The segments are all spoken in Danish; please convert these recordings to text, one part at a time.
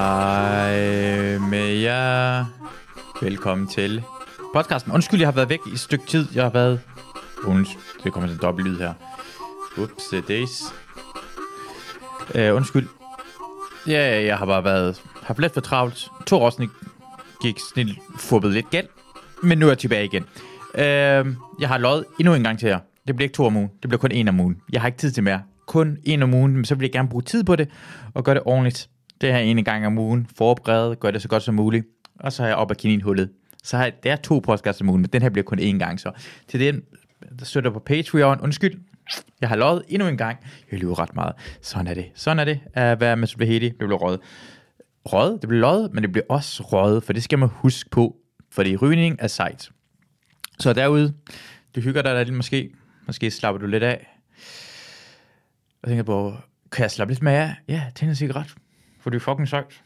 Hej med jer. Velkommen til podcasten. Undskyld, jeg har været væk i et stykke tid. Jeg har været... det kommer til en dobbelt lyd her. Ups, days. Undskyld. Ja, jeg har bare haft lidt for travlt. 2 afsnit gik snilt fubbet lidt galt. Men nu er jeg tilbage igen. Jeg har løjet endnu en gang til jer. Det bliver ikke 2 om ugen. Det bliver kun 1 om ugen. Jeg har ikke tid til mere. Kun 1 om ugen. Men så vil jeg gerne bruge tid på det. Og gøre det ordentligt. Det her 1 gang om ugen. Forberede. Gør det så godt som muligt. Og så har jeg op ad kaninhullet. Så har jeg, det er 2 podcasts om ugen. Men den her bliver kun 1 gang. Så til den, der støtter på Patreon. Undskyld. Jeg har løjet endnu en gang. Jeg lyver ret meget. Sådan er det. At være med Subahedi. Det bliver røget. Det bliver løjet. Men det bliver også røget. For det skal man huske på. Fordi rygning er sejt. Så derude. Du hygger dig lidt måske. Måske slapper du lidt af. Jeg tænker på, kan jeg slappe lidt med af? Ja, tænd en cigaret. For det er fucking sejt.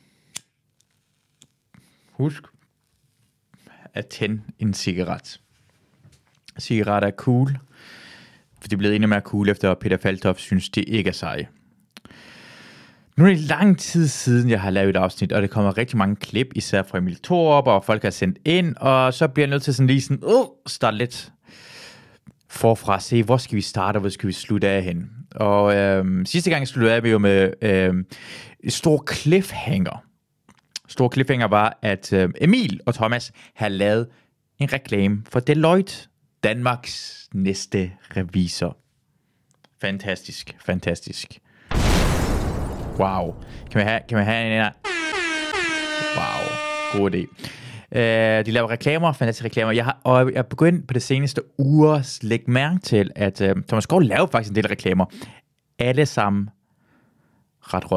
Husk at tænde en cigaret. Cigaretter er cool. For det er blevet endnu mere cool, efter Peter Falktoft synes, det ikke er seje. Nu er det lang tid siden, jeg har lavet et afsnit, og det kommer rigtig mange klip, især fra Emil Thorup, og folk har sendt ind, og så bliver jeg nødt til sådan lige sådan, starte lidt forfra at se, hvor skal vi starte, og hvor skal vi slutte af hen. Og sidste gang jeg sluttede af jo med et stor cliffhanger. Stor cliffhanger var, at Emil og Thomas havde lavet en reklame for Deloitte, Danmarks næste revisor. Fantastisk. Wow. Kan man have en her? Wow. God idé. De laver reklamer, fantastiske reklamer. Jeg er begyndt på det seneste uger lægge mærke til, at Thomas Skov laver faktisk en del reklamer. Alle sammen ret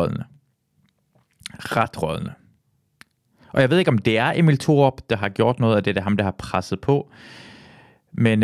rådne. Og jeg ved ikke, om det er Emil Thorup, der har gjort noget af det. Det er ham, der har presset på. Men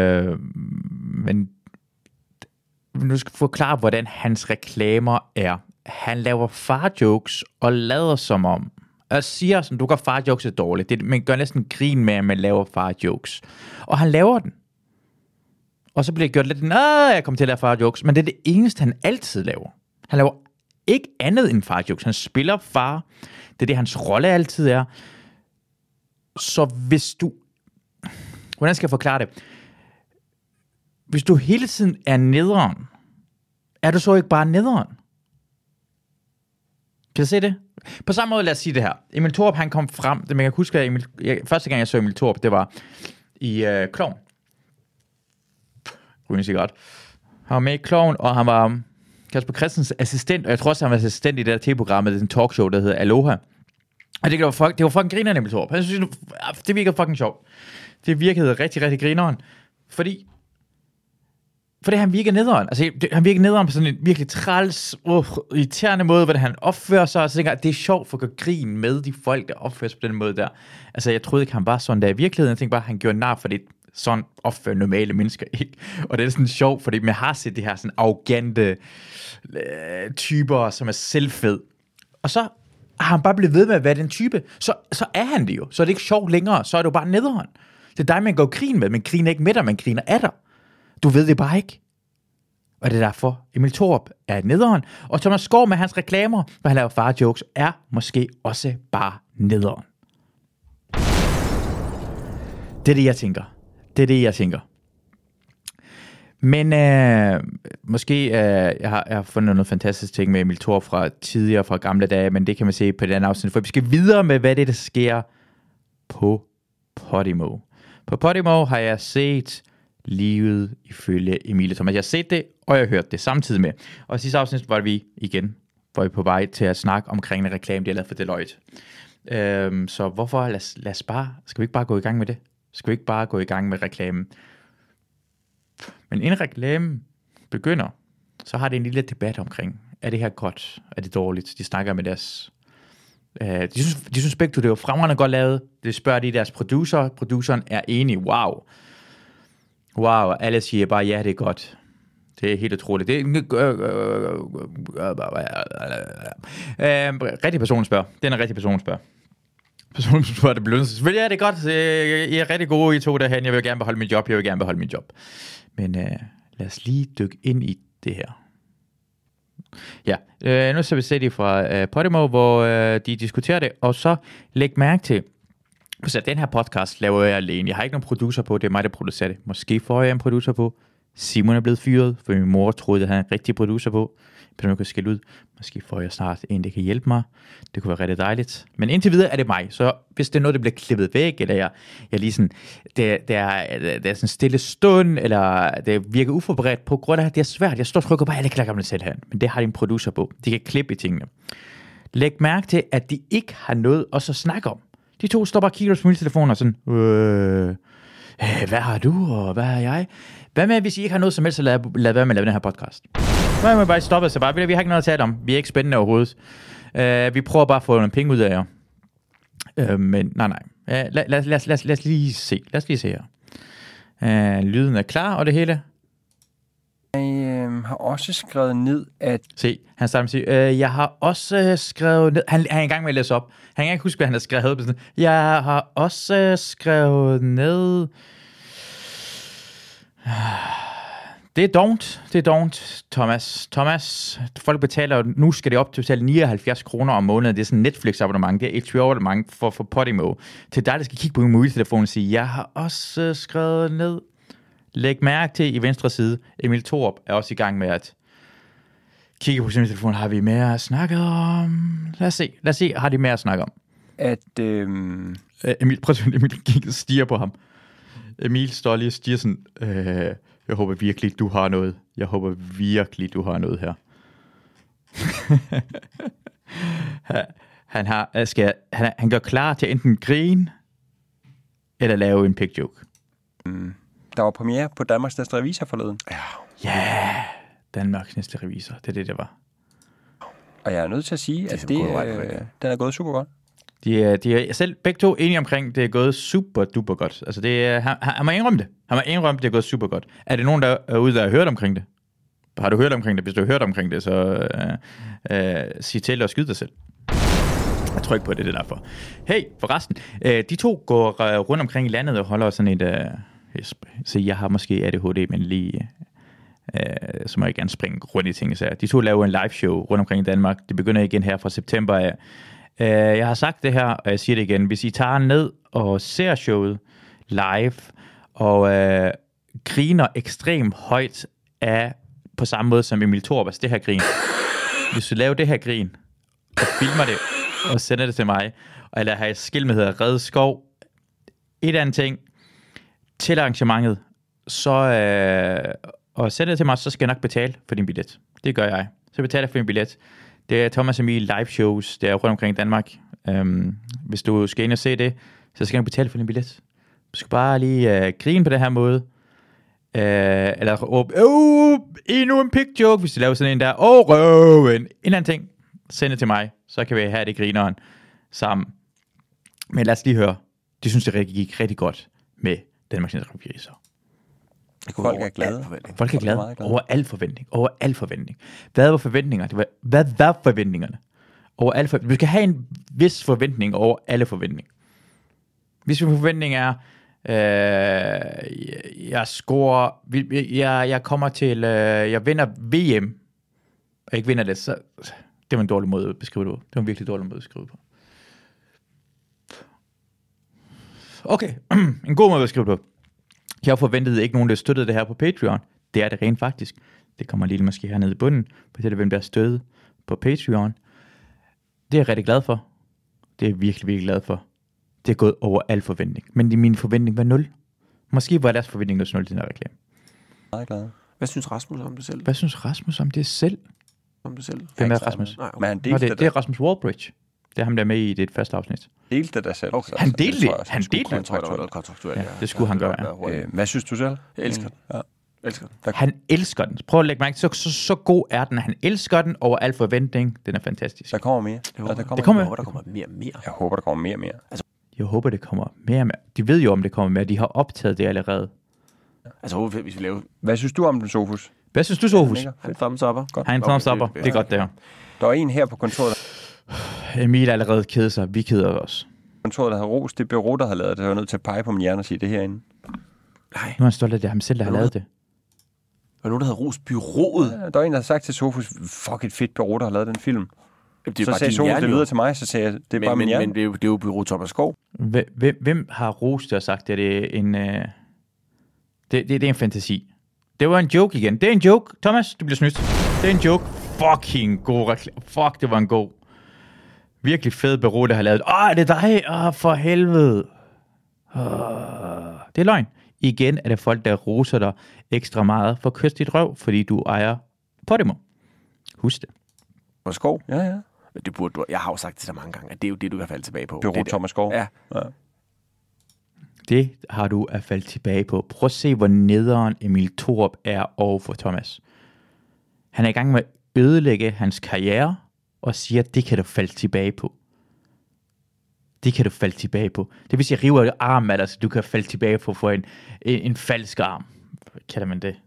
nu skal jeg forklare, hvordan hans reklamer er. Han laver far-jokes og lader som om. Jeg siger sådan, du gør far-jokes er dårligt. Man gør næsten grin med, at man laver far-jokes. Og han laver den. Og så bliver det gjort lidt, jeg kommer til at lave far-jokes. Men det er det eneste, han altid laver. Han laver ikke andet end far-jokes. Han spiller far. Det er det, hans rolle altid er. Så hvis du... Hvordan skal jeg forklare det? Hvis du hele tiden er nederen, er du så ikke bare nederen? Kan du se det? På samme måde, lad os sige det her. Emil Thorup, han kom frem. Det man kan huske, at første gang jeg så Emil Thorup, det var i Klovn. Rygende cigaret. Han var med i Klovn, og han var Kasper Christensens assistent, og jeg tror også, han var assistent i det der tv-programmet, det er en talkshow, der hedder Aloha. Og det var fucking grineren, Emil Thorup. Han synes, det virkede fucking sjovt. Det virkede rigtig grineren, fordi han virker nederen. Altså, han virker nederen på sådan en virkelig træls, irriterende måde, hvordan han opfører sig, og så tænker jeg, at det er sjovt for at gøre grin med de folk, der opfører sig på den måde der. Altså, jeg troede ikke, han var sådan der i virkeligheden. Jeg tænkte bare, at han gjorde nar, fordi sådan opfører normale mennesker ikke. Og det er sådan sjovt, fordi man har set de her sådan arrogante typer, som er selvfed. Og så har han bare blevet ved med at være den type. Så er han det jo. Så er det ikke sjovt længere. Så er det jo bare nederen. Det er dig, man går grin med. Man griner ikke med dig, man griner af dig. Du ved det bare ikke. Og det er derfor, Emil Thorup er nederen. Og Thomas Skov med hans reklamer, hvor han laver far-jokes, er måske også bare nederen. Det er det, jeg tænker. Men måske, jeg har fundet noget fantastisk ting med Emil Thorup fra gamle dage, men det kan man se på den afsnit. For vi skal videre med, hvad det er, der sker på Podimo. På Podimo har jeg set livet ifølge Emil Thomas. Jeg har set det, og jeg har hørt det samtidig med. Og sidste afsnit var vi på vej til at snakke omkring en reklame, de har lavet for Deloitte. Så hvorfor, lad os bare, skal vi ikke bare gå i gang med det? Skal vi ikke bare gå i gang med reklamen? Men inden reklamen begynder, så har det en lille debat omkring, er det her godt? Er det dårligt? De snakker med deres... De synes begge to, det er jo fremragende godt lavet. Det spørger de deres producer. Produceren er enig. Wow, alle siger bare, ja, det er godt. Det er helt utroligt. Det er rigtig person spørger. Den er rigtig person spørger. Personen spørger, det bliver selvfølgelig, ja, det er godt. I er rigtig gode, I to derhen. Jeg vil gerne beholde mit job. Men lad os lige dykke ind i det her. Ja, nu skal vi se det fra Podimo, hvor de diskuterer det, og så læg mærke til, så den her podcast laver jeg alene. Jeg har ikke nogen producer på, det er mig, der producerer det. Måske får jeg en producer på. Simon er blevet fyret, for min mor troede, at han er en rigtig producer på. Jeg kan skille ud. Måske får jeg snart en, der kan hjælpe mig. Det kunne være rigtig dejligt. Men indtil videre er det mig. Så hvis det er noget, der bliver klippet væk, eller jeg lige sådan, det er sådan en stille stund, eller det virker uforberedt på grund af, at det er svært. Jeg står og trykker bare, jeg klakker mig selv her. Men det har din producer på. De kan klippe i tingene. Læg mærke til, at de ikke har noget også at snakke om. De to står bare og kigger på mobiltelefoner og sådan, hvad har du, og hvad har jeg? Hvad med, hvis I ikke har noget som helst, så lad være med at lave den her podcast. Så må I bare stoppe sig bare. Vi har ikke noget at tale om. Vi er ikke spændende overhovedet. Vi prøver bare at få nogle penge ud af jer. Men nej. Lad os lige se. Lad os lige se her. Lyden er klar, og det hele. Jeg har også skrevet ned, at... Se, han starter med at sige, jeg har også skrevet ned... Han er i gang med at læse op. Han kan ikke huske, hvad han har skrevet. Jeg har også skrevet ned... Det er dovent, Thomas. Folk betaler, nu skal det op til at betale 79 kroner om måneden. Det er sådan Netflix abonnement, det er HBO abonnement for Podimo. Til dig, der skal kigge på min mobiltelefon og sige, jeg har også skrevet ned. Læg mærke til i venstre side, Emil Thorup er også i gang med at kigge på sin telefon. Har vi mere at snakke om? Lad os se, har de mere at snakke om? Emil, prøv at se, Emil kigger og stiger på ham. Emil står lige og stiger sådan, jeg håber virkelig, du har noget. Jeg håber virkelig, du har noget her. Han gør klar til enten grine eller lave en pig joke. Der var premiere på Danmarks Næste Revisor forleden. Ja, Danmarks Næste Revisor. Det var. Og jeg er nødt til at sige, at den er gået super godt. De er selv begge to enige omkring, det er gået super duper godt. Altså han må indrømme det. Det er gået super godt. Er det nogen, der er ude, der har hørt omkring det? Har du hørt omkring det? Hvis du har hørt omkring det, så sig til og skyd dig selv. Jeg tror ikke på, det er derfor. Hey, forresten. De to går rundt omkring i landet og holder sådan et... så jeg har måske ADHD, men lige... så må jeg gerne springe rundt i tingene. Så de to laver en live show rundt omkring i Danmark. Det begynder igen her fra september af. Jeg har sagt det her, og jeg siger det igen. Hvis I tager ned og ser showet live, og griner ekstremt højt af, på samme måde som Emil Thorup, altså det her grin. Hvis du laver det her grin, og filmer det, og sender det til mig, eller har et skilt med hedder Red Skov, et andet ting, til arrangementet, så, og sender det til mig, så skal jeg nok betale for din billet. Det gør jeg. Så betaler jeg for din billet. Det er Thomas Emil live shows, det er rundt omkring i Danmark. Hvis du skal ind og se det, så skal du betale for din billet. Du skal bare lige grine på den her måde. Eller råbe, endnu en pig joke, hvis du laver sådan en der, røven, en eller anden ting. Send det til mig, så kan vi have det grineren sammen. Men lad os lige høre. De synes, det gik rigtig godt med Danmarks Næste Revisor. Folk er glade. Folk er glade. Over al forventning. Hvad var forventninger? Hvad var forventningerne? Over alle forventninger. Vi skal have en vis forventning over alle forventninger. Hvis min forventning er, jeg scorer, jeg kommer til, jeg vinder VM, og ikke vinder det, så det var en dårlig måde at beskrive det på. Det var en virkelig dårlig måde at beskrive det på. Okay, en god måde at beskrive det på. Jeg forventede ikke nogen, der støttede det her på Patreon. Det er det rent faktisk. Det kommer lige måske hernede i bunden, for det er hvem der er støttet på Patreon. Det er jeg rigtig glad for. Det er jeg virkelig, virkelig glad for. Det er gået over al forventning. Men min forventning var 0. Måske var deres forventning også 0 til den her reklame. Jeg er glad. Hvad synes Rasmus om det selv? Hvad synes Rasmus om det selv? Om det selv? Hvem er Rasmus? Nej, okay. Det er Rasmus Wallbridge. Det er ham, der er med i det første afsnit. Delte det der selv. Okay. Han delte det. Han delte det. Jeg tror, det var kontraktuelt. Ja, det skulle han gøre. Ja. Hvad synes du selv? Jeg elsker den. Ja. Han elsker den. Prøv at lægge mærke til, så god er den. Han elsker den over al forventning. Den er fantastisk. Der kommer mere. Jeg håber, der kommer mere og mere. Jeg håber, der kommer mere og mere. Altså, jeg håber, det kommer mere og mere. De ved jo, om det kommer mere. De har optaget det allerede. Altså, hvis vi laver... Hvad synes du om den, Sofus? Hvad synes du, Sofus? Han thumbs upper. Han thumbs upper. Det er godt, det her. Der er en her på kontoret. Emil er allerede keder sig. Vi keder os. Kontoret, der har rost det bureau, der har lavet det. Jeg er nødt til at pege på min hjerne og sige det herinde. Nej. Nu er han stolt af det. Ham selv, der har lavet det. var nogen, der havde rost Byrået. Ja, der er en, der har sagt til Sofus, fuck et fedt bureau, der har lavet den film. Det er Så bare sagde din Sofus hjerne, det jo. videre til mig, så sagde jeg, det er bare min hjerne. Men det er jo Bureau Thomas Skov. Hvem har rost det og sagt, at det er en... Det er en fantasi. Det var en joke igen. Det er en joke. Thomas, du bliver snydt. Det er en joke. Fucking god reklame. Fuck, det var en god. Virkelig fed bureau, der har lavet. Er det dig? For helvede. Det er løgn. Igen er det folk, der roser dig ekstra meget for at kysse dit røv, fordi du ejer Podimo. Husk det. Thomas Skov? Ja. Men det burde du... Jeg har jo sagt til dig mange gange, at det er jo det, du kan falde tilbage på. Bureau Thomas Skov? Ja. Det har du at falde tilbage på. Prøv at se, hvor nederen Emil Thorup er over for Thomas. Han er i gang med at ødelægge hans karriere, og siger, at det kan du falde tilbage på. Det kan du falde tilbage på. Det vil sige, at jeg river armen af dig, så du kan falde tilbage på for en falsk arm. Hvad kalder man det?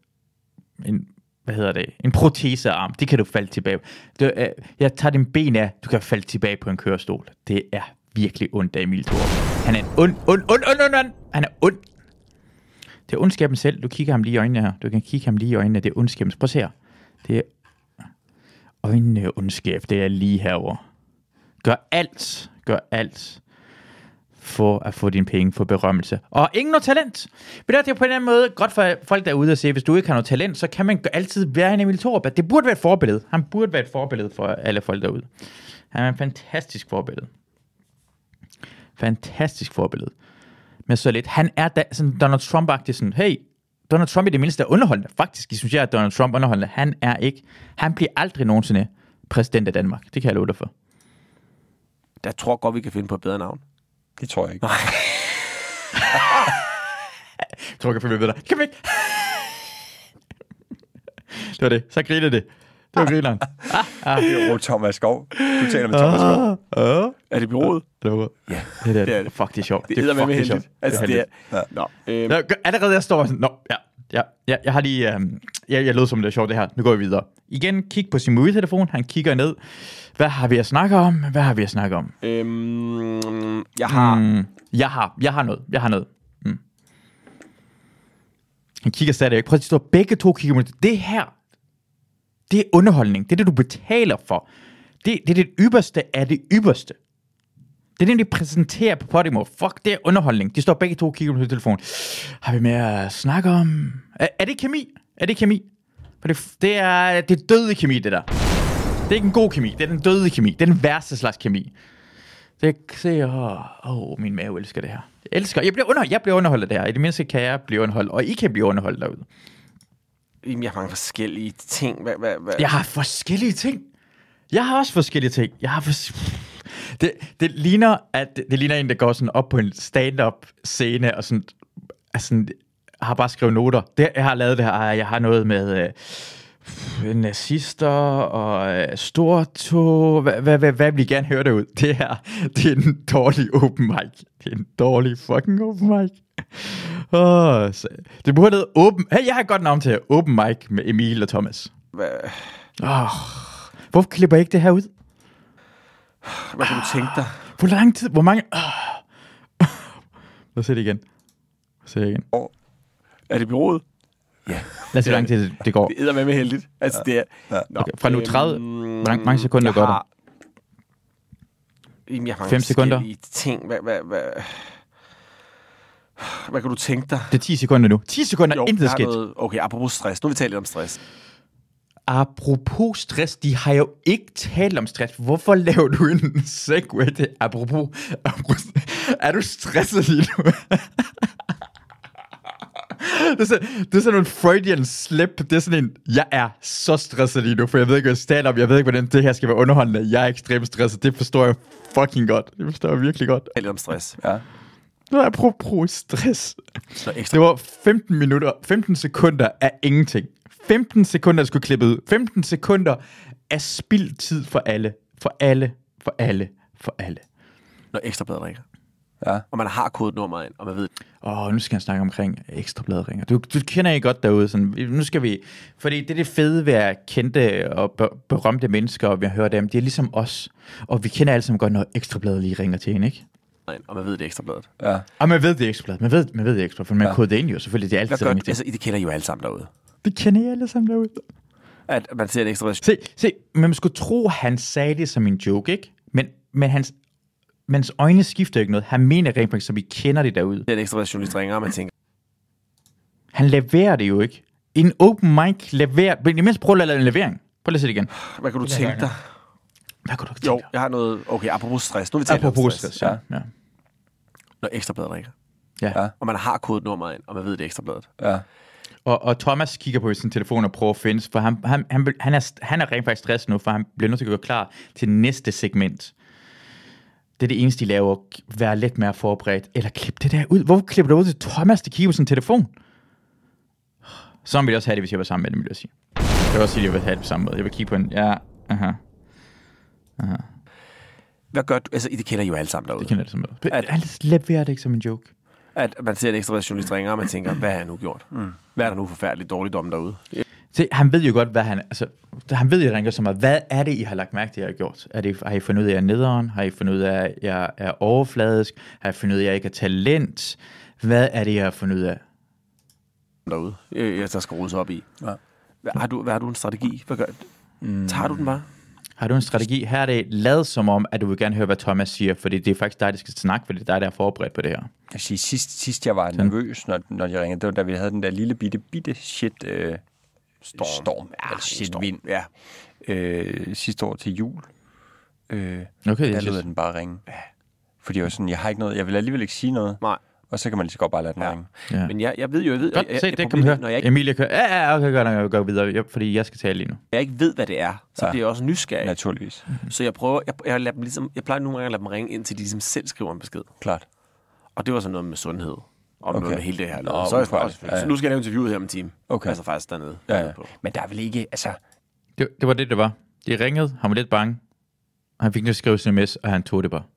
En protesearm. Det kan du falde tilbage på. Jeg tager din ben af, du kan falde tilbage på en kørestol. Det er virkelig ondt af Emil Thorup. Han er en ond. Han er ond. Det er ondskaben selv. Du kigger ham lige i øjnene her. Du kan kigge ham lige i øjnene. Det er ondskaben. Prøv at se her. Det er øjnene ondskab. Det er lige herovre. Gør alt for at få dine penge, for berømmelse. Og ingen noget talent. Men det er på en eller anden måde godt for folk derude at se, hvis du ikke har noget talent, så kan man altid være en Emil Thorup. Det burde være et forbillede. Han burde være et forbillede for alle folk derude. Han er en fantastisk forbillede. Fantastisk forbillede. Men så lidt. Han er da, sådan Donald Trump-agtig sådan, hey, Donald Trump er det mindste underholdende. Faktisk, synes jeg, at Donald Trump underholdende. Han er ikke. Han bliver aldrig nogensinde præsident af Danmark. Det kan jeg love dig for. Der tror godt, vi kan finde på et bedre navn. Det tror jeg ikke. Nej. Jeg tror, jeg kan finde bedre. Kan vi ikke? Det var det. Så griner det. Det var grineren. Bureau Thomas Skov. Du taler med Thomas Skov. Er det bureauet? Det var Ja. det er det. Fuck, det er sjovt. Det er med heldigt. Altså, det er... Ja. Nå. Allerede jeg står sådan, jeg har lige, jeg lød som det er sjovt det her. Nu går vi videre. Igen, kig på sin mobiltelefon. Han kigger ned. Hvad har vi at snakke om? Jeg har noget. Han kigger stadigvæk. Prøv at stå begge to kigger mod det her. Det er underholdning. Det er det, du betaler for. Det er det ypperste af det ypperste. Det er det, de præsenterer på Podimo. Fuck, det er underholdning. De står begge to og kigger på telefonen. Har vi mere at snakke om? Er det kemi? For det er døde kemi, det der. Det er ikke en god kemi. Det er den døde kemi. Det er den værste slags kemi. Det se, min mave elsker det her. Jeg bliver underholdt af det her. I det mindste kan jeg blive underholdt, og I kan blive underholdt derude. Jamen, jeg har mange forskellige ting. Hvad? Jeg har forskellige ting. Jeg har også forskellige ting. Det ligner en, der går sådan op på en stand-up scene og sådan har bare skrevet noter. Jeg har lavet det her. Jeg har noget med nazister og stortog. Hvad vil I gerne høre derud? Det er en dårlig open mic. Det er en dårlig fucking open mic. Det burde hedde open... Hey, jeg har et godt navn til open mic med Emil og Thomas. Hvorfor klipper jeg ikke det her ud? Hvad kan du tænke dig? Hvor lang tid? Hvor mange... Lad os se det igen. Er det bureauet? Ja. Lad os se, hvor lang tid det går. Det er med heldigt. Altså, det er... Okay, fra nu 30... Hvor mange sekunder går der? Jamen, jeg har 5 sekunder. Ting. Hvad kan du tænke dig? Det er 10 sekunder nu. 10 sekunder, intet skidt. Okay, apropos stress. Nu har vi talt lidt om stress. Apropos stress, de har jo ikke talt om stress. Hvorfor laver du en segue til apropos? Er du stresset lige nu? Det er sådan en Freudian slip. Det er sådan en, jeg er så stresset lige nu, for jeg ved ikke, hvad jeg taler om. Jeg ved ikke, hvordan det her skal være underholdende. Jeg er ekstremt stresset. Det forstår jeg fucking godt. Det forstår jeg virkelig godt. Lidt om stress. Ja. Apropos stress. Det var 15 sekunder af ingenting. 15 sekunder, der skulle klippe ud. 15 sekunder af spildt tid for alle. For alle. Når Ekstrabladet ringer. Ja. Og man har kodet nummeret ind, og man ved... Nu skal jeg snakke omkring Ekstrabladet ringer. Du kender ikke godt derude. Sådan, nu skal vi... Fordi det er det fede ved at kendte og berømte mennesker, og vi har hørt dem. De er ligesom os. Og vi kender alle sammen godt, når Ekstrabladet lige ringer til en, ikke? Og man ved det Ekstrabladet. Ja. Og man ved det Ekstrabladet. Man ved det Ekstrabladet, for man koder det ind jo. Selvfølgelig, det er altid... Altså, I det kender jo alle sammen derude. Det kender jeg alle sammen derude. At man ser en ekstra version. Se, man skulle tro, han sagde det som en joke, ikke? Men hans øjne skifter ikke noget. Han mener rent faktisk, så vi kender det derude. Det er en ekstra version, de ringer, og man tænker... Han leverer det jo ikke. En open mic leverer... Imens prøv at lave en levering. Prøv at se det igen. Hvad kan du tænke dig? Hvad kunne du tænke dig? Jeg har noget... Okay, apropos stress. Nu vil vi tale Apropos om stress. stress, ja. Når Ekstrabladet ringer. Ja. Og man har kodet nummeret ind, og man ved, det er Ekstrabladet. Ja. Og Thomas kigger på sin telefon og prøver at finde, for han er rent faktisk stresset nu, for han bliver nødt til at gå klar til næste segment. Det er det eneste, de laver. Være lidt mere forberedt. Eller klippe det der ud. Hvorfor klipper du ud til Thomas, der kigger på sin telefon? Sådan ville jeg også have det, hvis jeg var sammen med dem, vil jeg sige. Jeg vil også sige, at jeg vil have det på samme måde. Jeg vil kigge på en... Ja, aha. Hvad gør du? Altså, det kender I jo alle sammen derude. Det kender jeg det som noget. Alt leverer det ikke som en joke. At man ser en ekstra version, de ringer, og man tænker, hvad har jeg nu gjort? Hvad er der nu forfærdeligt dårligdom derude? Se, han ved jo godt, hvad han... Altså, han ved jo rent som, hvad er det, I har lagt mærke til, jeg har gjort? Har I fundet ud af, at jeg er nederen? Har I fundet ud af, at jeg er overfladisk? Har I fundet ud af, at jeg ikke har talent? Hvad er det, jeg har fundet ud af? Derude. Jeg skal rode sig op i. Ja. Hvad har du en strategi? Hvad gør tager du den bare? Har du en strategi? Her er det lad som om, at du vil gerne høre, hvad Thomas siger, fordi det er faktisk dig, der skal snakke, fordi det er dig, der er forberedt på det her. Jeg siger, sidst jeg var nervøs, når jeg ringede, det var da vi havde den der lille bitte shit storm. Ja, shit storm. vind. Ja. Sidste år til jul. Okay, der lød den bare ringe. Ja. Fordi jeg var sådan, jeg har ikke noget, jeg vil alligevel ikke sige noget. Nej. Og så kan man lige så godt bare lade den ringe. Ja. Men jeg ved. Godt, se, det kan man høre. Når jeg ikke... Emilie kører. Ja, okay, godt, jeg går videre, fordi jeg skal tale lige nu. Jeg ikke ved, hvad det er, så bliver jeg også nysgerrig. Naturligvis. Så jeg prøver, jeg lader dem ligesom, jeg plejer nogle gange at lade dem ringe ind, til de ligesom selv skriver en besked. Klart. Og det var sådan noget med sundhed. Og noget med hele det her. Så nu skal jeg lave interviewet her om en time. Okay. Altså faktisk dernede. Ja. Men der er vel ikke, altså... Det var det var. De ringede, han var lidt bange. Han fik nødt til at skrive sms, og han tog det bare.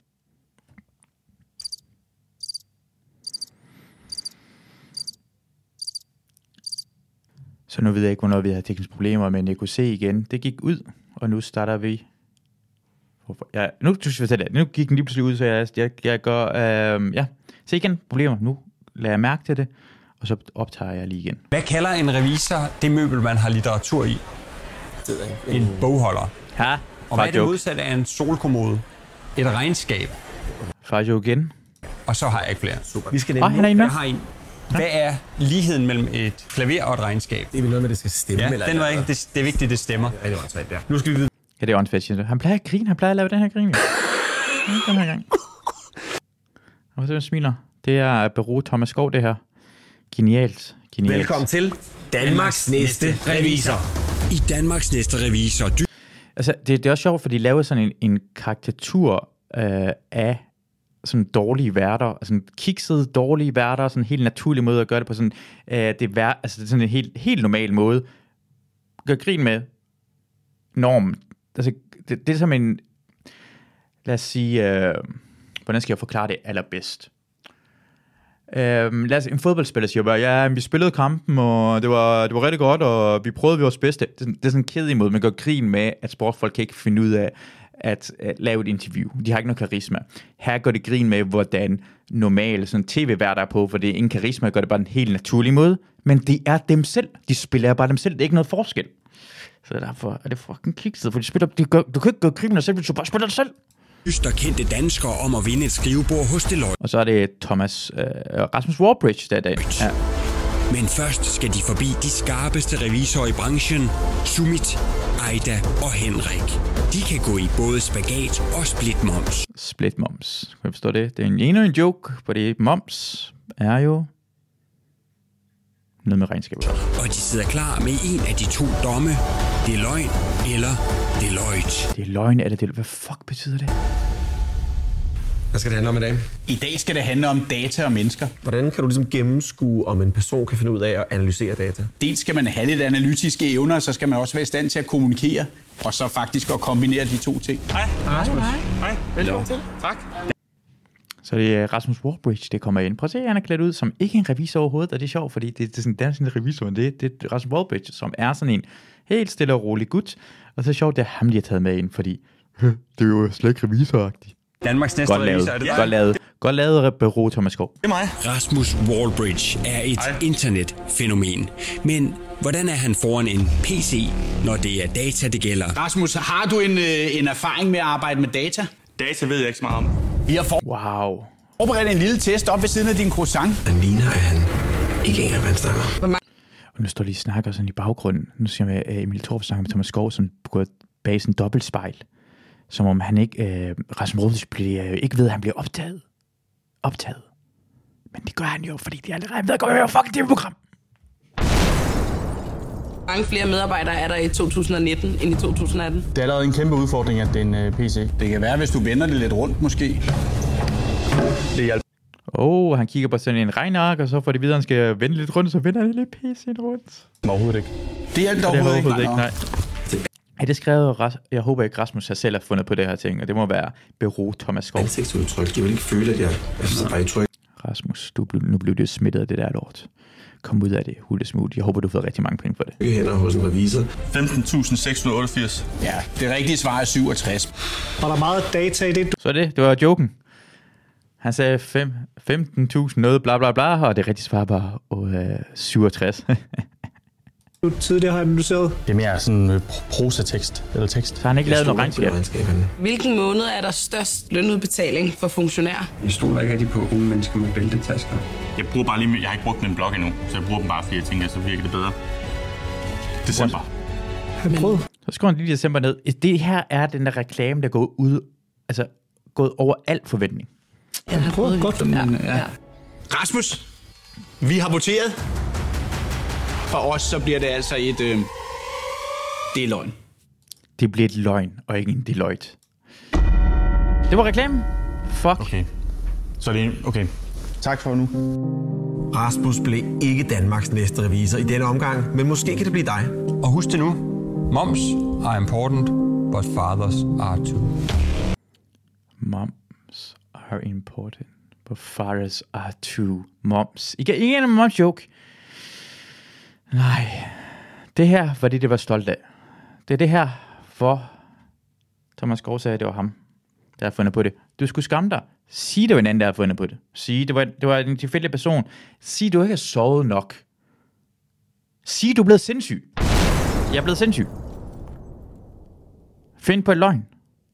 Så nu ved jeg ikke, hvornår vi havde tekniske problemer, men jeg kunne se igen. Det gik ud, og nu starter vi. Ja, nu gik den lige pludselig ud, så jeg gør... se igen problemer. Nu lader jeg mærke til det, og så optager jeg lige igen. Hvad kalder en revisor det møbel, man har litteratur i? En bogholder. Ja, og hvad er det modsatte af en solkommode? Et regnskab. Farjo igen. Og så har jeg ikke flere. Super. Vi skal han er inde. Jeg har en. Hvad er ligheden mellem et klaver og et regnskab? Det er vel noget med, det skal stemme. Ja, eller den var ikke. Det er vigtigt, det stemmer. Ja, det var åndssvagt, ja. Nu skal vi vide. Ja, det er åndssvagt. Han plejer at grine. Han plejer at lave den her grin. Den her gang. Og så smiler. Det er Bureau Thomas Skov, det her. Genialt. Velkommen til Danmarks næste revisor. I Danmarks næste revisor. Altså, det er også sjovt, for de laver sådan en karikatur af sådan dårlige værter, altså kiksede dårlige værter, sådan en helt naturlig måde at gøre det på, sådan det er sådan en helt normal måde. Gør grin med normen. Altså, det er som en, lad os sige, hvordan skal jeg forklare det allerbedst? En fodboldspiller siger bare, ja, vi spillede kampen, og det var rigtig godt, og vi prøvede vores bedste. Det er sådan en kedelig måde, man gør grin med, at sportsfolk kan ikke finde ud af at lave et interview. De har ikke noget karisma. Her går det grin med, hvordan normale sådan tv-værter er på, for det er ingen karisma, gør det bare en helt naturlig måde, men det er dem selv. De spiller bare dem selv. Det er ikke noget forskel. Så derfor er det fucking kikset, for du kan ikke gøre grin med dig selv, hvis du bare spiller dig selv. Der kendte danskere om at vinde et skrivebord hos Deloitte. Og så er det Rasmus Warbridge der i dag. Ja. Men først skal de forbi de skarpeste revisorer i branchen. Sumit, Ejda og Henrik. De kan gå i både spagat og split moms. Split moms. Kan jeg forstå det? Det er endnu en joke, fordi moms er jo noget med regnskabet. Og de sidder klar med en af de to domme. Det er løgn eller Deloitte. Det er løgn eller Deloitte. Hvad fuck betyder det? Hvad skal det handle om i dag? I dag skal det handle om data og mennesker. Hvordan kan du ligesom gennemskue, om en person kan finde ud af at analysere data? Dels skal man have lidt analytiske evner, så skal man også være i stand til at kommunikere, og så faktisk at kombinere de to ting. Hej. Velkommen til. Tak. Så det er Rasmus Warbridge, det kommer ind. Prøv at se, han er klædt ud som ikke en revisor overhovedet, og det er sjovt, fordi det er sådan en revisor, det er Rasmus Warbridge, som er sådan en helt stille og rolig gut, og så er det sjovt, det er ham, de har taget med ind, fordi det er jo slet ikke revisoragtigt. Danmarks næste revisor, er det dig? Godt lavet, Bureau Thomas Skov. Det er mig. Rasmus Wallbridge er et internetfænomen. Men hvordan er han foran en PC, når det er data, det gælder? Rasmus, har du en erfaring med at arbejde med data? Data ved jeg ikke så meget om. Vi har Wow. forberedt en lille test op ved siden af din croissant. Han ligner, at han ikke engang hvad han snakker. Og nu står de og snakker sådan i baggrunden. Nu siger jeg, at Emil Thorup snakker med Thomas Skov, som går bag sådan en dobbeltspejl. Som om han ikke, Rasmus Wallbridge ikke ved, at han bliver optaget. Men det gør han jo, fordi de allerede ved at gå og høre fucking det program. Mange flere medarbejdere er der i 2019 end i 2018. Det er allerede en kæmpe udfordring, at det er en PC. Det kan være, hvis du vender det lidt rundt, måske. Det hjælper. Han kigger på sådan en regnark, og så får de videre, han skal vende lidt rundt, så vender han lidt PC'en rundt. Overhovedet ikke. Det hjælper overhovedet ikke. Nej. Er det skrevet, jeg håber ikke, Rasmus har selv fundet på det her ting, og det må være Bureau Thomas Skov. Ansigtsudtryk. De vil ikke føle, at jeg er tryg. Rasmus, nu blev du smittet af det der lort. Kom ud af det, hulesmut. Jeg håber, du får rigtig mange penge for det. Jeg hænder hos en revisor. 15.688. Ja, det rigtige svar er 67. Var der meget data i det? Så det var joken. Han sagde 15.000 noget, bla bla bla, og det rigtige svar var 67. Du tidligere har analyseret? Det er mere sådan prosatekst eller tekst. Så har han ikke lavet noget regnskab. Hvilken måned er der størst lønudbetaling for funktionærer? Jeg stoler ikke rigtig på unge mennesker med bæltetasker. Jeg bruger bare lige, jeg har ikke brugt min blog endnu, så jeg bruger dem bare, fordi jeg tænker, så virker det bedre. December. Så skriver han lige december ned. Det her er den der reklame, der går ud, altså gået over al forventning. Jeg har prøvet godt. Ja. Rasmus, vi har voteret. For os, så bliver det altså det er løgn. Det bliver et løgn, og ikke en Deloitte. Det var reklamen. Fuck. Okay. Så det er okay. Tak for nu. Rasmus blev ikke Danmarks næste revisor i denne omgang, men måske kan det blive dig. Og husk det nu. Moms are important, but fathers are too. Moms are important, but fathers are too. Moms. Igen en moms joke. Nej. Det her var det var stolt af. Det er det her, hvor Thomas Skov sagde, at det var ham, der havde fundet på det. Du skulle skamme dig. Sig, det var en anden, der havde fundet på det. Sig, det var en tilfældig person. Sig, du ikke har sovet nok. Sig, du er blevet sindssyg. Jeg er blevet sindssyg. Find på et løgn.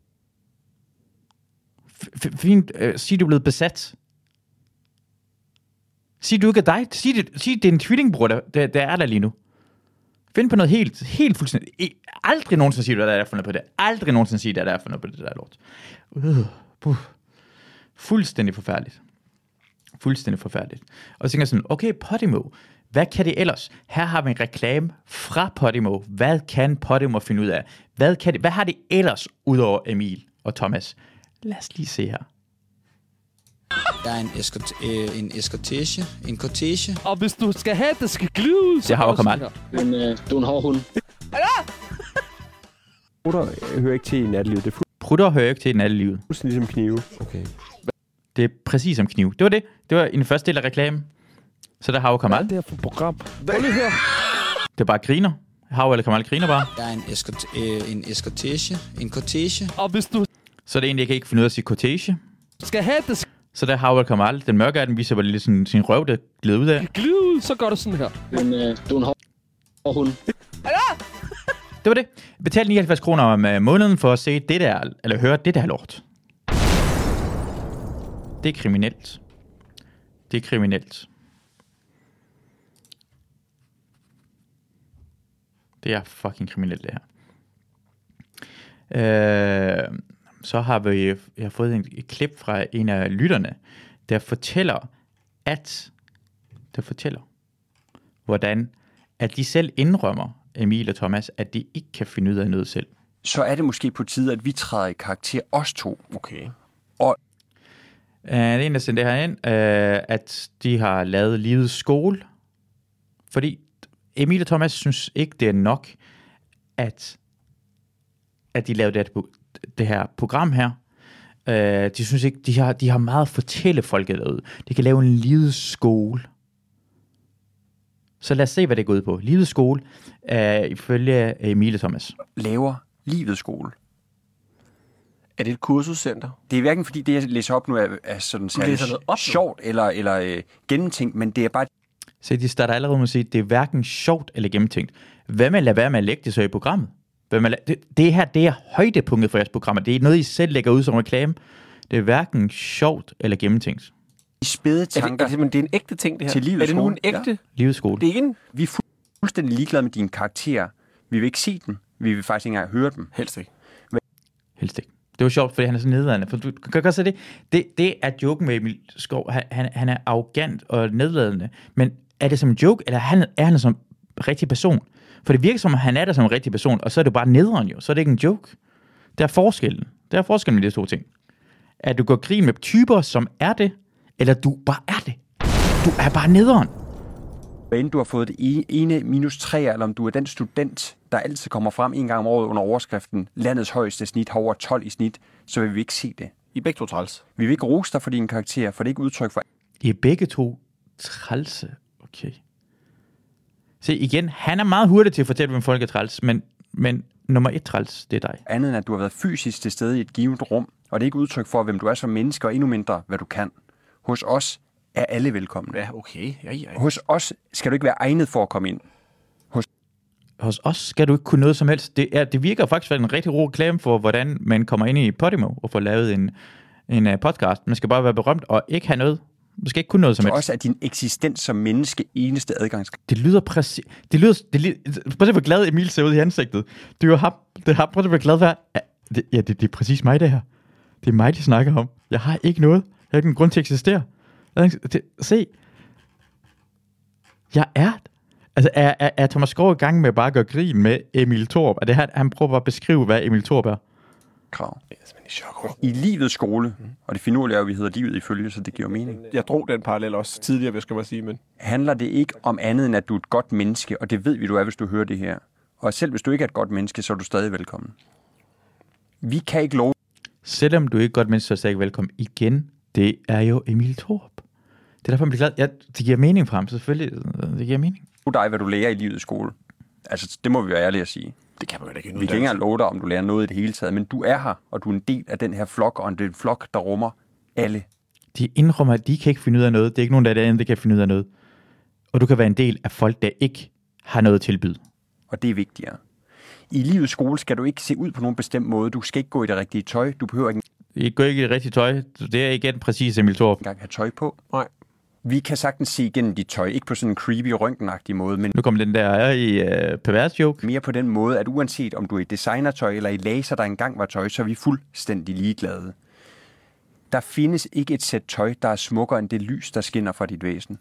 Sig, du er blevet besat. Sig, du ikke er dig. Sig, det er en tvillingbror, der er der lige nu. Find på noget helt fuldstændig. Aldrig nogensinde sige, at der er fundet på det. Aldrig nogensinde sige, at der er fundet på det der lort. Fuldstændig forfærdeligt. Fuldstændig forfærdeligt. Og så tænker jeg sådan, okay, Podimo, hvad kan det ellers? Her har vi en reklame fra Podimo. Hvad kan Podimo finde ud af? Hvad har det ellers, udover Emil og Thomas? Lad os lige se her. Der er en eskortage, en cortege. Og hvis du skal have, det skal glide, så har Kamal. Men du er en hård hund. Prutter hører ikke til i nattelivet. Prutter hører ikke til i nattelivet. Fuldstændig ligesom knive. Okay. Det er præcis som knive. Det var det. Det var i den første del af reklamen. Så der har Kamal. Hvad er det her for program? Prøv lige her. Det er bare griner. Hav eller Kamal griner bare. Der er en eskortage, en cortege. Og hvis du... Så er det egentlig, jeg kan ikke finde ud af at sige cortege. Skal have det... Så der har Kamal, den mørke af den, viser bare lidt sådan, sin røv, der glider ud af. Glide, så gør det sådan her. Men du er en hård hund. Det var det. Betal 99 kroner om måneden for at se det der, eller høre det der lort. Det er kriminelt. Det er kriminelt. Det er fucking kriminelt, det her. Så har jeg har fået et klip fra en af lytterne, der fortæller, hvordan at de selv indrømmer, Emil og Thomas, at de ikke kan finde ud af noget selv. Så er det måske på tide, at vi træder i karakter, os to. Okay. Og det er en, der sendte det her ind, at de har lavet livets skole, fordi Emil og Thomas synes ikke, det er nok, at de lavede det her program her. De synes ikke, de har meget at fortælle folket derude. De kan lave en livets skole. Så lad os se, hvad det går ud på. Livets skole, ifølge Emil og Thomas. Laver livets skole. Er det et kursuscenter? Det er hverken fordi, det jeg læser op nu er sådan sjovt eller gennemtænkt, men det er bare... Så de starter allerede med at sige, at det er hverken sjovt eller gennemtænkt. Hvad med at lade være med at lægge det så i programmet? Det her, det er højdepunktet for jeres programmer. Det er noget, I selv lægger ud som reklame. Det er hverken sjovt eller gennemtænkt. De spæde tanker... Men det er en ægte ting, det her. Til livets er det nu en skole? ægte? Ja. Livets skole. Det er ikke en... Vi er fuldstændig ligeglade med dine karakterer. Vi vil ikke se dem. Vi vil faktisk ikke engang høre dem. Helst ikke. Helst ikke. Det var sjovt, fordi han er så nedladende. For du kan godt se det er joken med Emil Skov. Han er arrogant og nedladende. Men er det som en joke, eller er han som en rigtig person? For det virker som, at han er der som en rigtig person, og så er det bare nederen jo. Så er det ikke en joke. Der er forskellen. Der er forskellen med de to ting. At du går grin med typer, som er det, eller du bare er det. Du er bare nederen. Hvad end du har fået det ene -3, eller om du er den student, der altid kommer frem en gang om året under overskriften, landets højeste snit har over 12 i snit, så vil vi ikke se det. I er begge to træls. Vi vil ikke rose dig for din karakter, for det er ikke udtryk for... I er begge to trælse. Okay. Se, igen, han er meget hurtig til at fortælle, hvem folk er træls, men nummer 1 træls, det er dig. Andet end, at du har været fysisk til stede i et givet rum, og det er ikke udtryk for, hvem du er som menneske, og endnu mindre, hvad du kan. Hos os er alle velkomne. Ja, okay. Ja. Hos os skal du ikke være egnet for at komme ind. Hos os skal du ikke kunne noget som helst. Det virker faktisk en rigtig god reklame for, hvordan man kommer ind i Podimo og får lavet en podcast. Man skal bare være berømt og ikke have noget. Du skal ikke kunne noget som helst. Også er din eksistens som menneske eneste adgangskrav. Det lyder præcis... Prøv at være glad, Emil ser ud i ansigtet. Det er jo ham. Prøv at være glad for... Ja, det er præcis mig, det her. Det er mig, de snakker om. Jeg har ikke noget. Jeg har ikke en grund til at eksistere. Se. Jeg er... Altså, er Thomas Skov i gang med bare at gøre grin med Emil Thorup? Er det her, han prøver at beskrive, hvad Emil Thorup er? Krav. I livets skole, og det finurlige er jo, at vi hedder livet ifølge, så det giver mening. Jeg drog den parallel også tidligere, skal man sige, men... Handler det ikke om andet, end at du er et godt menneske, og det ved vi, du er, hvis du hører det her. Og selv hvis du ikke er et godt menneske, så er du stadig velkommen. Vi kan ikke love... Selvom du ikke er et godt menneske, så er du stadig velkommen. Igen, det er jo Emil Thorup. Det er derfor, man bliver glad. Ja, det giver mening for ham, selvfølgelig. Det giver mening. Dig, hvad du lærer i livets skole. Altså, det må vi være ærlige at sige. Det kan man jo ikke. Vi kan ikke engang love dig, om du lærer noget i det hele taget, men du er her, og du er en del af den her flok, og det er en flok, der rummer alle. De indrømmer, at de kan ikke finde ud af noget. Det er ikke nogen, der kan finde ud af noget. Og du kan være en del af folk, der ikke har noget at tilbyde. Og det er vigtigere. I livets skole skal du ikke se ud på nogen bestemt måde. Du skal ikke gå i det rigtige tøj. Du behøver ikke... I går ikke i det rigtige tøj. Det er igen præcis Emil Thorup. Engang have tøj på. Nej. Vi kan sagtens se igennem dit tøj, ikke på sådan en creepy, røntgenagtig måde, men... Nu kommer den der i pervers joke. Mere på den måde, at uanset om du er i designertøj eller i laser, der engang var tøj, så er vi fuldstændig ligeglade. Der findes ikke et sæt tøj, der er smukkere end det lys, der skinner fra dit væsen.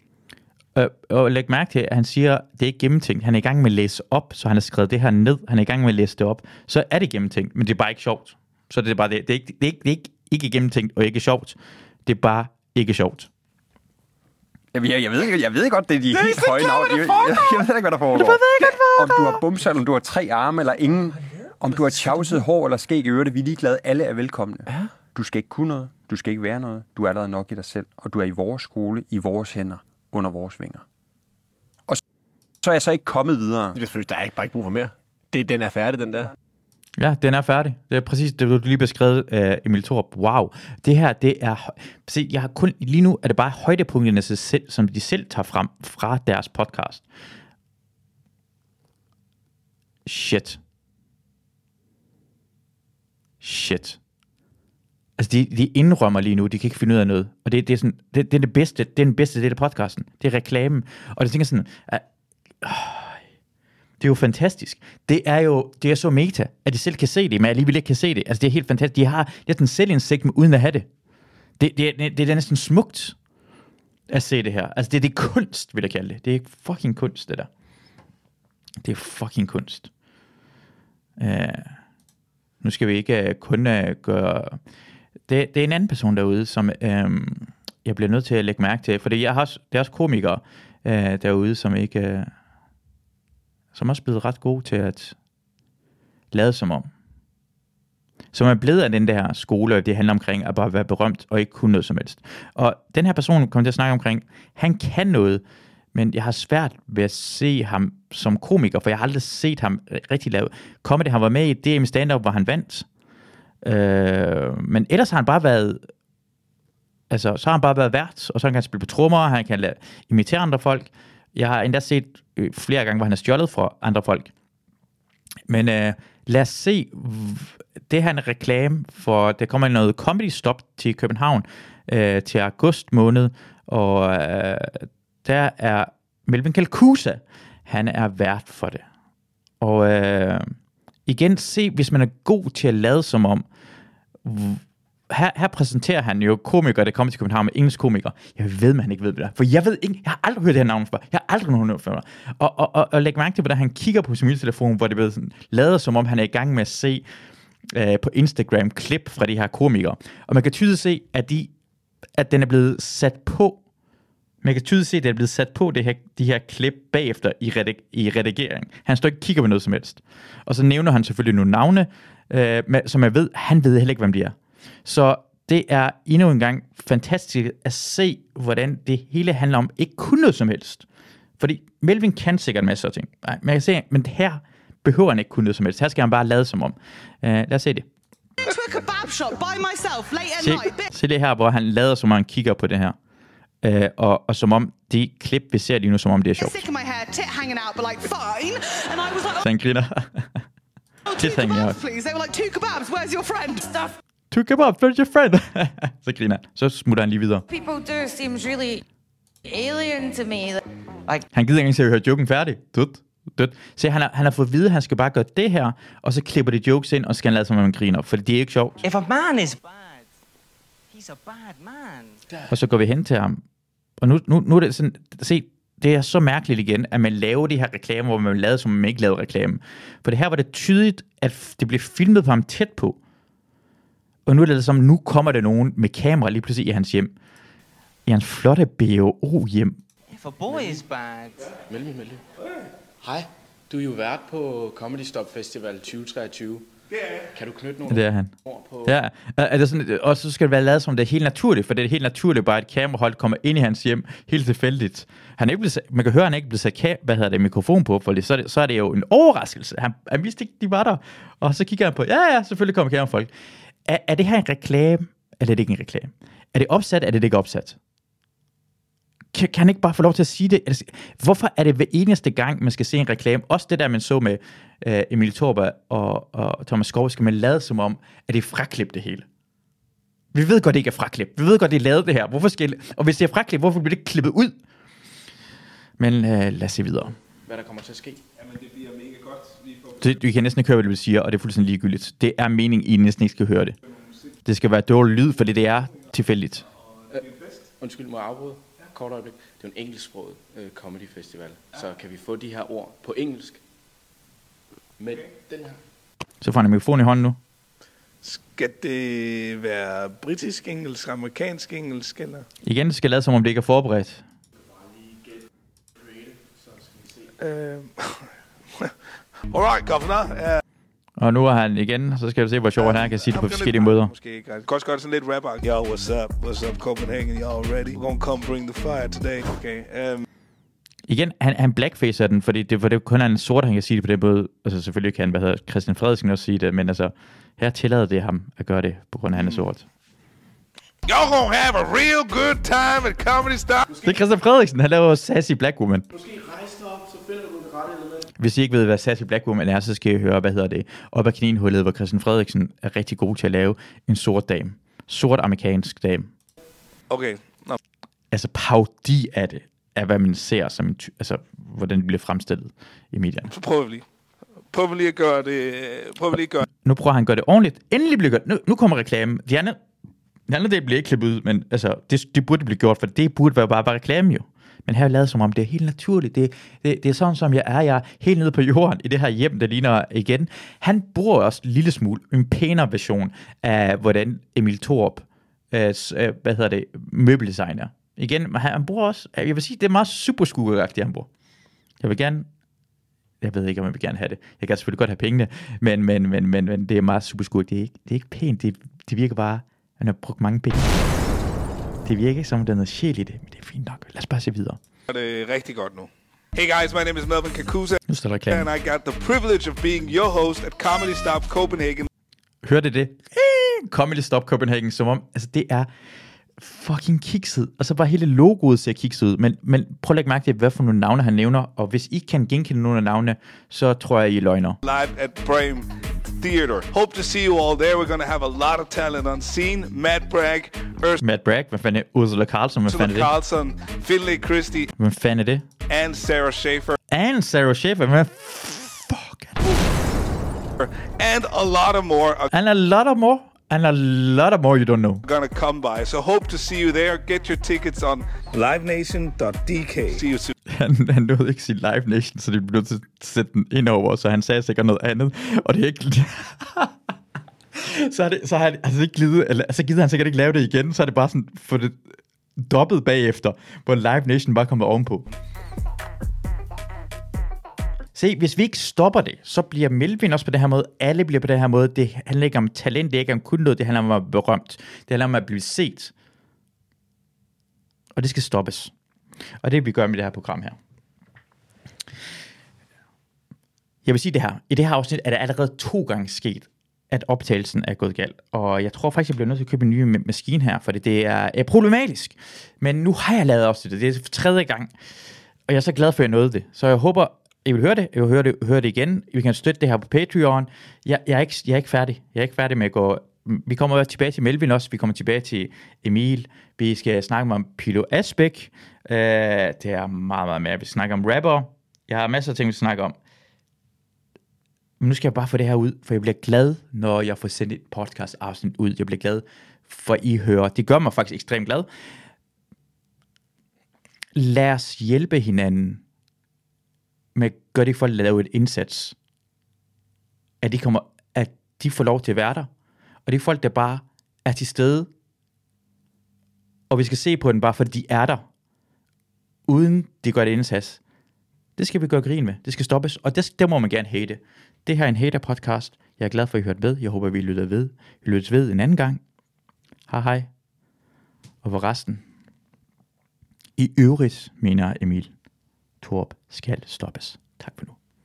Og læg mærke til, at han siger, at det er ikke gennemtænkt. Han er i gang med at læse op, så han har skrevet det her ned. Han er i gang med at læse det op. Så er det gennemtænkt, men det er bare ikke sjovt. Så det er bare det. Det er ikke gennemtænkt og ikke sjovt. Det er bare ikke sjovt. Jeg ved godt, det er de helt høje navn. Jeg ved ikke, hvad der foregår. Om du har bumser, om du har 3 arme eller ingen. Om du har tjavset hår eller skæg i ørerne. Vi er ligeglade. Alle er velkomne. Ja. Du skal ikke kunne noget. Du skal ikke være noget. Du er allerede nok i dig selv. Og du er i vores skole, i vores hænder, under vores vinger. Og så er jeg så ikke kommet videre. Det er selvfølgelig, der er bare ikke brug for mere. Den er færdig, den der. Ja, den er færdig. Det er præcis det, du lige beskrevet af Emil Thorup. Wow. Det her, det er... Se, jeg har kun... Lige nu er det bare højdepunkterne, som de selv tager frem fra deres podcast. Shit. Altså, de indrømmer lige nu, de kan ikke finde ud af noget. Og det er sådan... Det er det bedste. Det er den bedste del af podcasten. Det er reklamen. Og det tænker sådan... Det er jo fantastisk. Det er så meta, at de selv kan se det, men alligevel ikke kan se det. Altså, det er helt fantastisk. De har den selvindsigt, men uden at have det. Det er næsten smukt at se det her. Altså, det er kunst, vil jeg kalde det. Det er fucking kunst, det der. Det er fucking kunst. Nu skal vi ikke kun gøre... Det er en anden person derude, som jeg bliver nødt til at lægge mærke til, fordi det er også komikere derude, som ikke... som også er blevet ret god til at lade som om. Som er blevet af den der skole, og det handler omkring at bare være berømt og ikke kunne noget som helst. Og den her person kommer til at snakke omkring, han kan noget, men jeg har svært ved at se ham som komiker, for jeg har aldrig set ham rigtig lave comedy. Han var med i DM stand-up, hvor han vandt. Men ellers har han bare været... Altså, så har han bare været vært, og så kan han spille på trommer, han kan imitere andre folk. Jeg har endda set flere gange, hvor han har stjålet fra andre folk. Men lad os se, det her en reklame for, der kommer noget Comedy Stop til København til august måned, og der er Melvin Calcusa, han er vært for det. Og igen, se, hvis man er god til at lade som om, her præsenterer han jo komikere, der kommer til København med engelsk komikere. Jeg ved, man han ikke ved det. For jeg ved ikke, jeg har aldrig hørt det her navn før. Jeg har aldrig hørt det før. Og læg mærke til, hvordan han kigger på sin mobiltelefon, hvor det bliver sådan, lader som om, han er i gang med at se på Instagram klip fra de her komikere. Og man kan tydeligt se, at den er blevet sat på. Man kan tydeligt se, at det er blevet sat på de her klip bagefter i redigering. Han står ikke og kigger på noget som helst. Og så nævner han selvfølgelig nogle navne, som jeg ved, han ved heller ikke, hvem de er. Så det er endnu en gang fantastisk at se, hvordan det hele handler om ikke kun noget som helst. Fordi Melvin kan sikkert masser af ting. Man kan se, men her behøver han ikke kun noget som helst. Her skal han bare lade som om. Lad os se det. Se det her, hvor han lader som om han kigger på det her. Og som om de klip, vi ser lige nu, som om det er sjovt. Så han griner. Tit hanging out. Two kebabs, where's your friend? Så griner han. Så smutter han lige videre. People do seems really alien to me. Like... Han gider ikke til at høre joken færdig. Dødt. Så han har fået at vide, at han skal bare gøre det her, og så klipper de jokes ind, og så skal han lade som om han griner, for det er ikke sjovt. If a man is bad, he's a bad man. Og så går vi hen til ham. Og nu er det sådan, se, det er så mærkeligt igen, at man laver de her reklamer, hvor man lader som om man ikke lavede reklame. For det her var det tydeligt, at det blev filmet på ham tæt på. Og nu er det som, nu kommer der nogen med kamera lige pludselig i hans hjem. I hans flotte BO-hjem. If a boy is bad. Melvin. Hej, du er jo vært på Comedy Stop Festival 2023. Kan du knytte nogle det er han. ord på? Ja, er det sådan, og så skal det være lavet som det er helt naturligt, for det er helt naturligt bare, at et kamerahold kommer ind i hans hjem helt tilfældigt. Han er ikke blevet, man kan høre, at han ikke er blevet sat mikrofon på, for så er det jo en overraskelse. Han vidste ikke, de var der. Og så kigger han på, ja, selvfølgelig kommer kamerafolk. Er det her en reklame, eller er det ikke en reklame? Er det opsat, eller er det ikke opsat? Kan han ikke bare få lov til at sige det? Hvorfor er det hver eneste gang, man skal se en reklame? Også det der, man så med Emil Torber og Thomas Skov, skal man lade som om, at det er fraklip det hele. Vi ved godt, det ikke er fraklip. Vi ved godt, det er lavet det her. Hvorfor skal og hvis det er fraklip, hvorfor bliver det ikke klippet ud? Men lad os se videre. Hvad der kommer til at ske? Jamen, det bliver mega godt. Du kan næsten ikke høre, hvad det vil sige, og det er fuldstændig ligegyldigt. Det er meningen, I næsten ikke skal høre det. Det skal være dårlig lyd, fordi det er tilfældigt. Undskyld, må jeg afbryde? Kort øjeblik. Det er en engelsksproget comedy festival. Så kan vi få de her ord på engelsk med den her? Så får han en mikrofon i hånden nu. Skal det være britisk engelsk, amerikansk engelsk, eller? Igen, det skal lade som om det ikke er forberedt. Alright, governor. Og nu er han igen, så skal vi se, hvor sjovt han kan sige det på forskellige måder. Måske kan også gøre det sådan lidt rapper. Yo, what's up, Copenhagen? Y'all ready? We're gonna come bring the fire today. Okay. Igen, han blackfacer den, fordi det kun er en sort, han kan sige det på den måde. Altså selvfølgelig kan, Christian Frederiksen også sige det, men altså, her tillader det ham at gøre det, på grund af, at han er sort. Y'all gonna have a real good time at Comedy Stop. Det er Christian Frederiksen, han laver Sassy Black Woman. Måske rejse dig op, så finder du det rette element. Hvis I ikke ved, hvad Sassy Black Woman er, så skal I høre, op ad kaninhullet, hvor Christian Frederiksen er rigtig god til at lave en sort dame. Sort amerikansk dame. Okay. No. Altså parodi af det, af hvad man ser som altså hvordan det bliver fremstillet i medierne. Så prøv lige at gøre det. Nu prøver han at gøre det ordentligt. Endelig bliver det. Nu kommer reklamen. De andre del bliver ikke klippet ud, men altså det burde blive gjort, for det burde være bare reklame jo. Men her er lavet som om, det er helt naturligt. Det er sådan, som jeg er. Jeg er helt nede på jorden i det her hjem, der ligner igen. Han bruger også en lille smule, en pænere version af, hvordan Emil Thorup, møbeldesigner. Igen, han bruger også, jeg vil sige, det er meget superskugeragtigt, han bruger. Jeg ved ikke, om jeg vil gerne have det. Jeg kan selvfølgelig godt have pengene, men det er meget superskugeragtigt. Det er ikke pænt. Det virker bare, han har brugt mange penge. Det virker ikke som, der er noget sjæl i det, men det er fint nok. Lad os bare se videre. Det er rigtig godt nu. Hey guys, my name is Melvin Calcusa. Nu står der reklame. And I got the privilege of being your host at Comedy Stop Copenhagen. Hørte det? Comedy Stop Copenhagen, som om, altså det er fucking kikset. Og så bare hele logoet ser kikset ud. Men prøv at lægge mærke til, hvad for nogle navne han nævner. Og hvis I kan genkende nogle af navnene, så tror jeg, I er løgner. Live at Brame Theater. Hope to see you all there. We're going to have a lot of talent on scene. Matt Bragg, hvad fanden er Ursula Carlson, hvad fanden er det? Carlson, Finlay Christie. Hvad fanden er det? And Sarah Schaefer. Hvad And a lot of more. And a lot of more you don't know. Gonna come by. So hope to see you there. Get your tickets on livenation.dk. See you soon. Han nåede ikke sige Live Nation, så det blev nødt til at sætte den ind over, så han sagde sikkert noget andet. Og det er ikke... så har han altså ikke glidet, eller så gider han sikkert ikke lave det igen, så er det bare sådan, for det dobbelt bagefter, hvor Live Nation bare kommer ovenpå. Se, hvis vi ikke stopper det, så bliver Melvin også på den her måde. Alle bliver på den her måde. Det handler ikke om talent, det er ikke om kun noget, det handler om at være berømt. Det handler om at blive set. Og det skal stoppes. Og det vi gør med det her program her. Jeg vil sige det her. I det her afsnit er det allerede 2 gange sket, at optagelsen er gået galt. Og jeg tror faktisk, jeg bliver nødt til at købe en ny maskine her, for det er problematisk. Men nu har jeg lavet afsnittet. Det er for 3. gang. Og jeg er så glad for, at jeg nåede det. Så jeg håber, I vil høre det. Jeg vil høre det igen. Vi kan støtte det her på Patreon. Jeg er ikke færdig. Jeg er ikke færdig med at gå... Vi kommer tilbage til Melvin også. Vi kommer tilbage til Emil. Vi skal snakke om Pilo Asbæk. Det er meget, meget mere. Vi snakker om rapper. Jeg har masser af ting, vi snakker om. Men nu skal jeg bare få det her ud, for jeg bliver glad, når jeg får sendt et podcast-afsnit ud. Jeg bliver glad, for I hører. Det gør mig faktisk ekstremt glad. Lad os hjælpe hinanden med gør det for at lave et indsats. At de får lov til at være der. Og de folk, der bare er til stede. Og vi skal se på den bare, fordi de er der. Uden de gør det indsats. Det skal vi gøre grin med. Det skal stoppes. Og det må man gerne hate. Det her er en hater-podcast. Jeg er glad for, at I hørte med. Jeg håber, vi lyttes ved en anden gang. Hej. Og for resten. I øvrigt, mener Emil, Torp skal stoppes. Tak for nu.